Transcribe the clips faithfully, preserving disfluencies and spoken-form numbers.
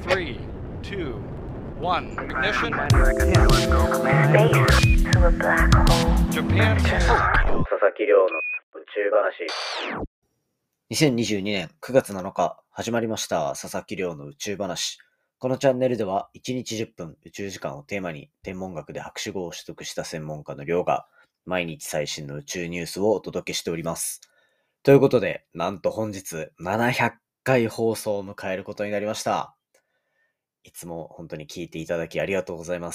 Three, two, one, ignition. Japan. 佐々木亮の宇宙話。にせんにじゅうにねんくがつなのか始まりました佐々木亮の宇宙話。このチャンネルではいちにちじゅっぷん宇宙時間をテーマに天文学で博士号を取得した専門家の亮が毎日最新の宇宙ニュースをお届けしております。ということで、なんと本日ななひゃっかい放送を迎えることになりました。いつも本当に聞いていただきありがとうございます。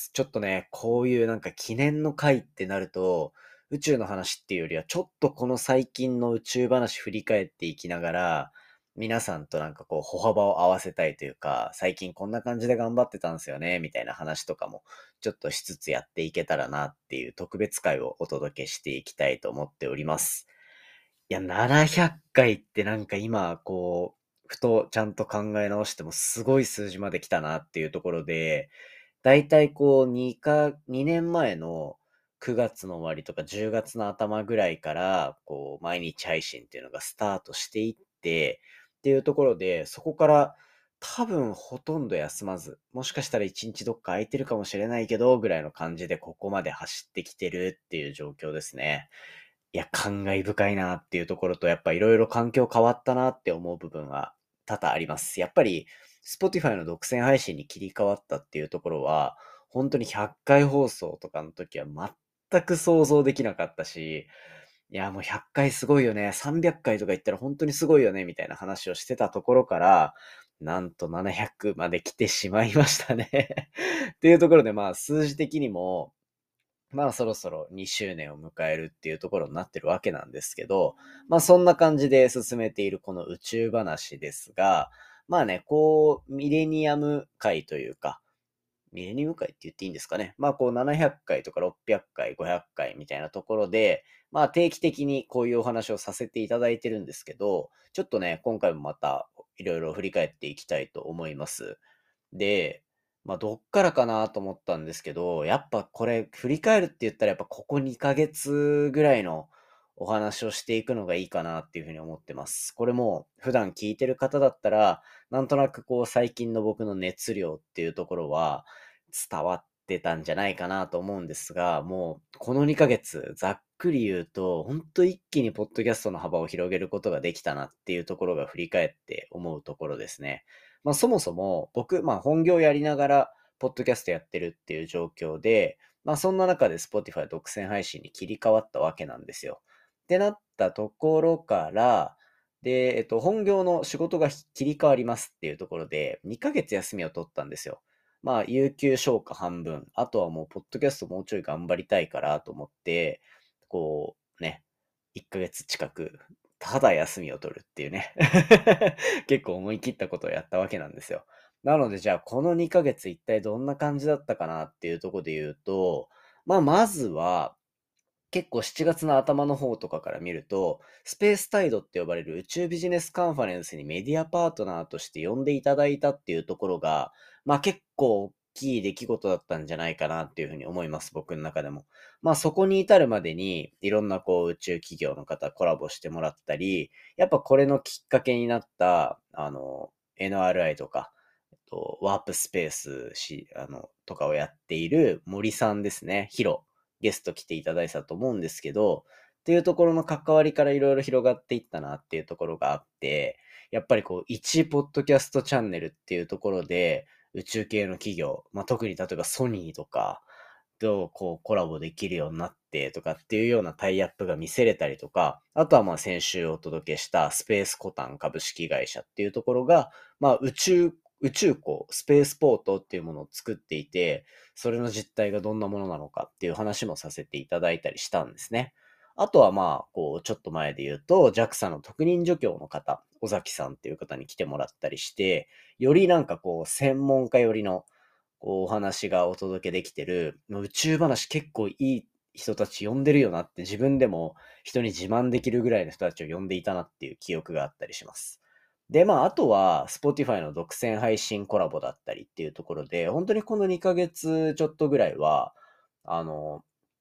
ちょっとね、こういうなんか記念の回ってなると、宇宙の話っていうよりは、ちょっとこの最近の宇宙話振り返っていきながら、皆さんとなんかこう歩幅を合わせたいというか、最近こんな感じで頑張ってたんですよね、みたいな話とかも、ちょっとしつつやっていけたらなっていう特別回をお届けしていきたいと思っております。いや、ななひゃっかいってなんか今、こう、ふとちゃんと考え直してもすごい数字まで来たなっていうところで、だいたいこう2か、にねんまえのくがつの終わりとかじゅうがつの頭ぐらいから、こう、毎日配信っていうのがスタートしていって、っていうところで、そこから多分ほとんど休まず、もしかしたらいちにちどっか空いてるかもしれないけど、ぐらいの感じでここまで走ってきてるっていう状況ですね。いや、感慨深いなっていうところと、やっぱいろいろ環境変わったなって思う部分は多々あります。やっぱり、Spotify の独占配信に切り替わったっていうところは、本当にひゃっかい放送とかの時は全く想像できなかったし、いや、もうひゃっかいすごいよね、さんびゃっかいとか言ったら本当にすごいよね、みたいな話をしてたところから、なんとななひゃくまで来てしまいましたね。っていうところで、まあ、数字的にも、まあそろそろにしゅうねんを迎えるっていうところになってるわけなんですけど、まあそんな感じで進めているこの宇宙話ですが、まあね、こう、ミレニアム回というか、ミレニアム回って言っていいんですかね。まあこうななひゃっかいとかろっぴゃっかい、ごひゃっかいみたいなところで、まあ定期的にこういうお話をさせていただいてるんですけど、ちょっとね、今回もまたいろいろ振り返っていきたいと思います。で、まあ、どっからかなと思ったんですけど、やっぱこれ振り返るって言ったらやっぱここにかげつぐらいのお話をしていくのがいいかなっていうふうに思ってます。これも普段聞いてる方だったら、なんとなくこう最近の僕の熱量っていうところは伝わってたんじゃないかなと思うんですが、もうこのにかげつざっくり言うと、ほんと一気にポッドキャストの幅を広げることができたなっていうところが振り返って思うところですね。まあそもそも僕、まあ本業やりながら、ポッドキャストやってるっていう状況で、まあそんな中で Spotify 独占配信に切り替わったわけなんですよ。ってなったところから、で、えっと、本業の仕事が切り替わりますっていうところで、にかげつ休みを取ったんですよ。まあ、有給消化半分、あとはもう、ポッドキャストもうちょい頑張りたいからと思って、こう、ね、いっかげつ近く、ただ休みを取るっていうね。結構思い切ったことをやったわけなんですよ。なので、じゃあ、このにかげつ一体どんな感じだったかなっていうところで言うと、まあ、まずは、結構しちがつの頭の方とかから見ると、スペースタイドって呼ばれる宇宙ビジネスカンファレンスにメディアパートナーとして呼んでいただいたっていうところが、まあ結構大きい出来事だったんじゃないかなっていうふうに思います、僕の中でも。まあそこに至るまでに、いろんなこう宇宙企業の方コラボしてもらったり、やっぱこれのきっかけになった、あの、エヌアールアイ とか、とワープスペースし、あの、とかをやっている森さんですね、ヒロ。ゲスト来ていただいたと思うんですけど、っていうところの関わりからいろいろ広がっていったなっていうところがあって、やっぱりこう、一ポッドキャストチャンネルっていうところで、宇宙系の企業、まあ、特に例えばソニーとかとこうコラボできるようになってとかっていうようなタイアップが見せれたりとか、あとはまあ先週お届けしたスペースコタン株式会社っていうところが、まあ宇宙宇宙港、スペースポートっていうものを作っていて、それの実態がどんなものなのかっていう話もさせていただいたりしたんですね。あとはまあ、こう、ちょっと前で言うと、ジャクサ の特任助教の方、尾崎さんっていう方に来てもらったりして、よりなんかこう、専門家寄りのこうお話がお届けできてる、宇宙話結構いい人たち呼んでるよなって自分でも人に自慢できるぐらいの人たちを呼んでいたなっていう記憶があったりします。で、まあ、あとは、Spotify の独占配信コラボだったりっていうところで、本当にこのにかげつちょっとぐらいは、あの、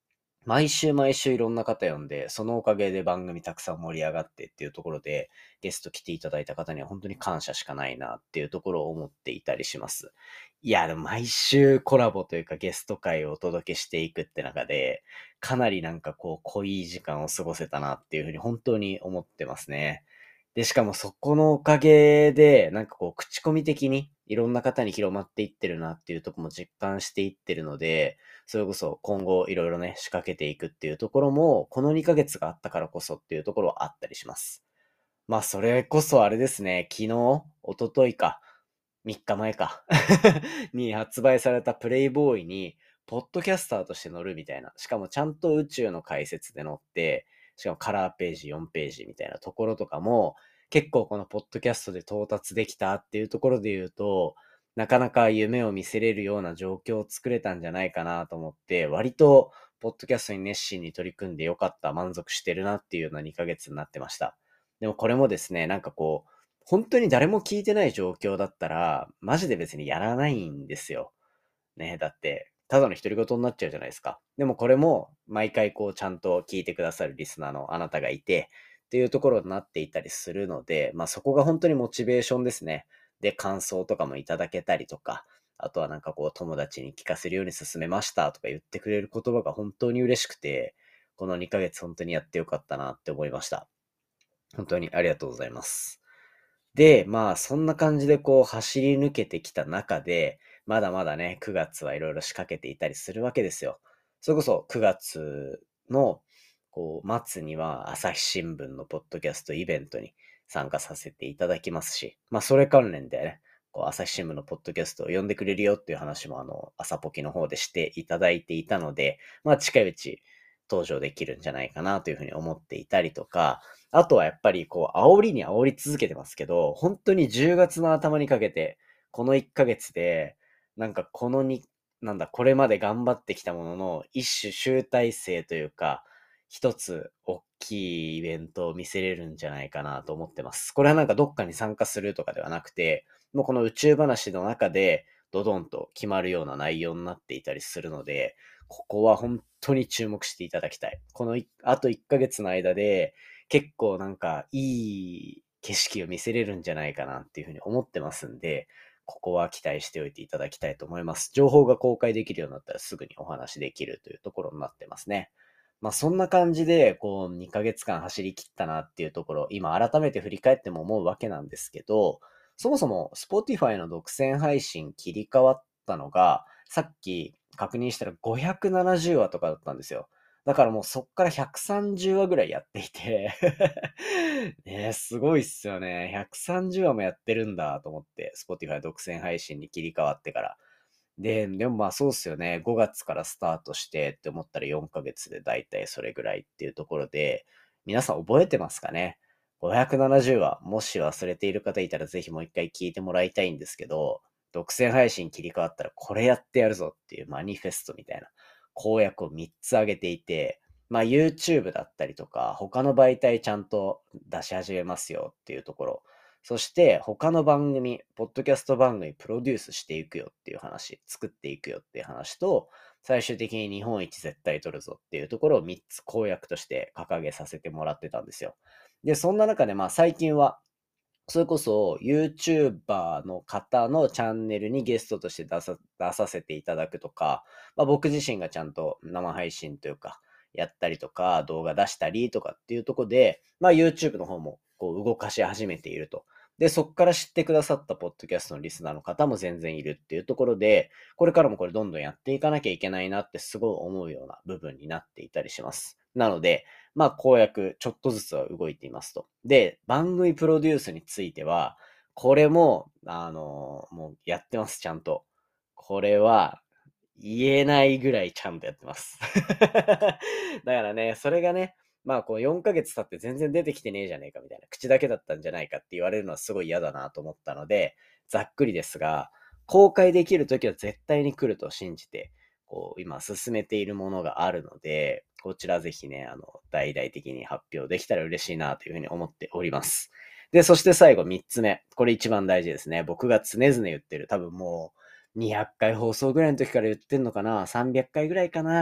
毎週毎週いろんな方呼んで、そのおかげで番組たくさん盛り上がってっていうところで、ゲスト来ていただいた方には本当に感謝しかないなっていうところを思っていたりします。いや、でも毎週コラボというかゲスト会をお届けしていくって中で、かなりなんかこう濃い時間を過ごせたなっていうふうに本当に思ってますね。で、しかもそこのおかげで、なんかこう口コミ的にいろんな方に広まっていってるなっていうところも実感していってるので、それこそ今後いろいろね、仕掛けていくっていうところも、このにかげつがあったからこそっていうところはあったりします。まあ、それこそあれですね、昨日、一昨日か、みっかまえかに発売されたプレイボーイに、ポッドキャスターとして載るみたいな。しかもちゃんと宇宙の解説で載って、しかもカラーページよんページみたいなところとかも、結構このポッドキャストで到達できたっていうところで言うと、なかなか夢を見せれるような状況を作れたんじゃないかなと思って、割と、ポッドキャストに熱心に取り組んでよかった、満足してるなっていうようなにかげつになってました。でもこれもですね、なんかこう、本当に誰も聞いてない状況だったら、マジで別にやらないんですよ。ね、だって、ただの独り言になっちゃうじゃないですか。でもこれも、毎回こう、ちゃんと聞いてくださるリスナーのあなたがいて、っていうところになっていたりするので、まあそこが本当にモチベーションですね。で、感想とかもいただけたりとか、あとはなんかこう、友達に聞かせるように進めましたとか言ってくれる言葉が本当に嬉しくて、このにかげつ本当にやってよかったなって思いました。本当にありがとうございます。で、まあ、そんな感じでこう走り抜けてきた中で、まだまだね、くがつはいろいろ仕掛けていたりするわけですよ。それこそくがつのこう末には朝日新聞のポッドキャストイベントに参加させていただきますし、まあそれ関連でね、こう朝日新聞のポッドキャストを呼んでくれるよっていう話もあの、朝ポキの方でしていただいていたので、まあ近いうち登場できるんじゃないかなというふうに思っていたりとか、あとはやっぱりこう、煽りに煽り続けてますけど、本当にじゅうがつの頭にかけて、このいっかげつで、なんかこのに、なんだ、これまで頑張ってきたものの、一種集大成というか、一つ大きいイベントを見せれるんじゃないかなと思ってます。これはなんかどっかに参加するとかではなくて、もうこの宇宙話の中で、ドドンと決まるような内容になっていたりするので、ここは本当に注目していただきたい。このいあといっかげつの間で、結構なんかいい景色を見せれるんじゃないかなっていうふうに思ってますんで、ここは期待しておいていただきたいと思います。情報が公開できるようになったらすぐにお話できるというところになってますね。まあそんな感じで、こうにかげつかん走り切ったなっていうところ、今改めて振り返っても思うわけなんですけど、そもそも Spotify の独占配信切り替わったのが、さっき確認したらごひゃくななじゅうわとかだったんですよ。だからもうそっからひゃくさんじゅうわぐらいやっていてねえ、すごいっすよね。ひゃくさんじゅうわもやってるんだと思って、Spotify 独占配信に切り替わってから。で、でもまあそうっすよね。ごがつからスタートしてって思ったらよんかげつでだいたいそれぐらいっていうところで、皆さん覚えてますかね？ ごひゃくななじゅう 話、もし忘れている方いたらぜひもう一回聞いてもらいたいんですけど、独占配信切り替わったらこれやってやるぞっていうマニフェストみたいな公約をみっつ挙げていて、まあ YouTube だったりとか、他の媒体ちゃんと出し始めますよっていうところ。そして他の番組、ポッドキャスト番組プロデュースしていくよっていう話、作っていくよっていう話と、最終的に日本一絶対取るぞっていうところをみっつ公約として掲げさせてもらってたんですよ。で、そんな中でまあ最近は、それこそ YouTuber の方のチャンネルにゲストとして出さ出させていただくとか、まあ、僕自身がちゃんと生配信というか、やったりとか、動画出したりとかっていうところで、まあ YouTube の方もこう動かし始めていると。で、そっから知ってくださったポッドキャストのリスナーの方も全然いるっていうところで、これからもこれどんどんやっていかなきゃいけないなってすごい思うような部分になっていたりします。なので、まあ、公約、ちょっとずつは動いていますと。で、番組プロデュースについては、これも、あの、もうやってます、ちゃんと。これは、言えないぐらいちゃんとやってます。だからね、それがね、まあ、こうよんかげつ経って全然出てきてねえじゃねえかみたいな、口だけだったんじゃないかって言われるのはすごい嫌だなと思ったので、ざっくりですが、公開できるときは絶対に来ると信じて、こう、今進めているものがあるので、こちらぜひね、あの、大々的に発表できたら嬉しいなというふうに思っております。で、そして最後みっつめ。これ一番大事ですね。僕が常々言ってる。多分もうにひゃっかい放送ぐらいの時から言ってんのかな？ さんびゃっ 回ぐらいかな？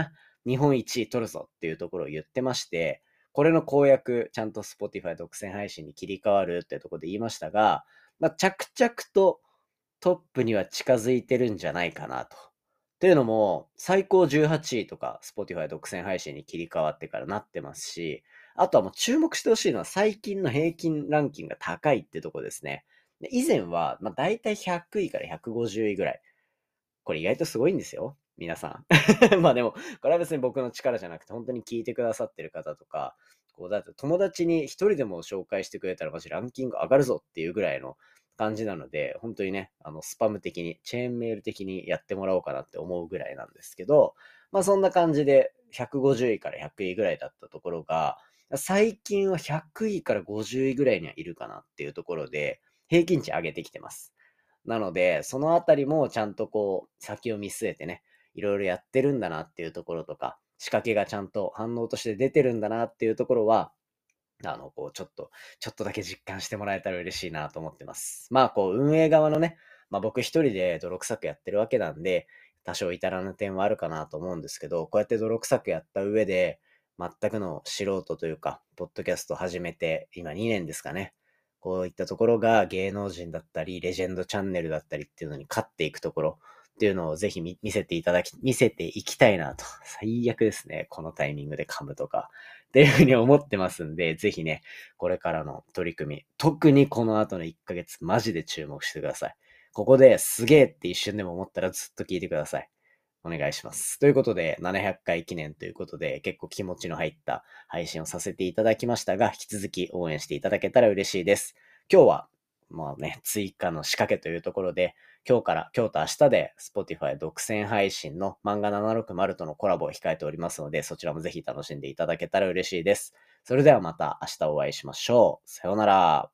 日本一位取るぞっていうところを言ってまして、これの公約、ちゃんと Spotify 独占配信に切り替わるってところで言いましたが、まあ、着々とトップには近づいてるんじゃないかなと。というのも、最高じゅうはちいとか Spotify 独占配信に切り替わってからなってますし、あとはもう注目してほしいのは最近の平均ランキングが高いってとこですね。で以前は、まあ、大体ひゃくいからひゃくごじゅういぐらい。これ意外とすごいんですよ。皆さん。まあでも、これは別に僕の力じゃなくて、本当に聞いてくださってる方とか、こうだって友達に一人でも紹介してくれたらマジランキング上がるぞっていうぐらいの感じなので、本当にね、あの、スパム的に、チェーンメール的にやってもらおうかなって思うぐらいなんですけど、まあそんな感じでひゃくごじゅういからひゃくいぐらいだったところが、最近はひゃくいからごじゅういぐらいにはいるかなっていうところで、平均値上げてきてます。なので、そのあたりもちゃんとこう、先を見据えてね、いろいろやってるんだなっていうところとか、仕掛けがちゃんと反応として出てるんだなっていうところは、あの、こう、ちょっと、ちょっとだけ実感してもらえたら嬉しいなと思ってます。まあ、こう、運営側のね、まあ僕一人で泥臭くやってるわけなんで、多少至らぬ点はあるかなと思うんですけど、こうやって泥臭くやった上で、全くの素人というか、ポッドキャスト始めて、今にねんですかね。こういったところが芸能人だったり、レジェンドチャンネルだったりっていうのに勝っていくところっていうのをぜひ見せていただき、見せていきたいなと。最悪ですね。このタイミングで噛むとか。っていうふうに思ってますんで、ぜひね、これからの取り組み、特にこの後のいっかげつ、マジで注目してください。ここですげえって一瞬でも思ったらずっと聞いてください。お願いします。ということで、ななひゃっかい記念ということで、結構気持ちの入った配信をさせていただきましたが、引き続き応援していただけたら嬉しいです。今日は、まあね、追加の仕掛けというところで、今日から、今日と明日で Spotify 独占配信の漫画ななろくまるとのコラボを控えておりますので、そちらもぜひ楽しんでいただけたら嬉しいです。それではまた明日お会いしましょう。さようなら。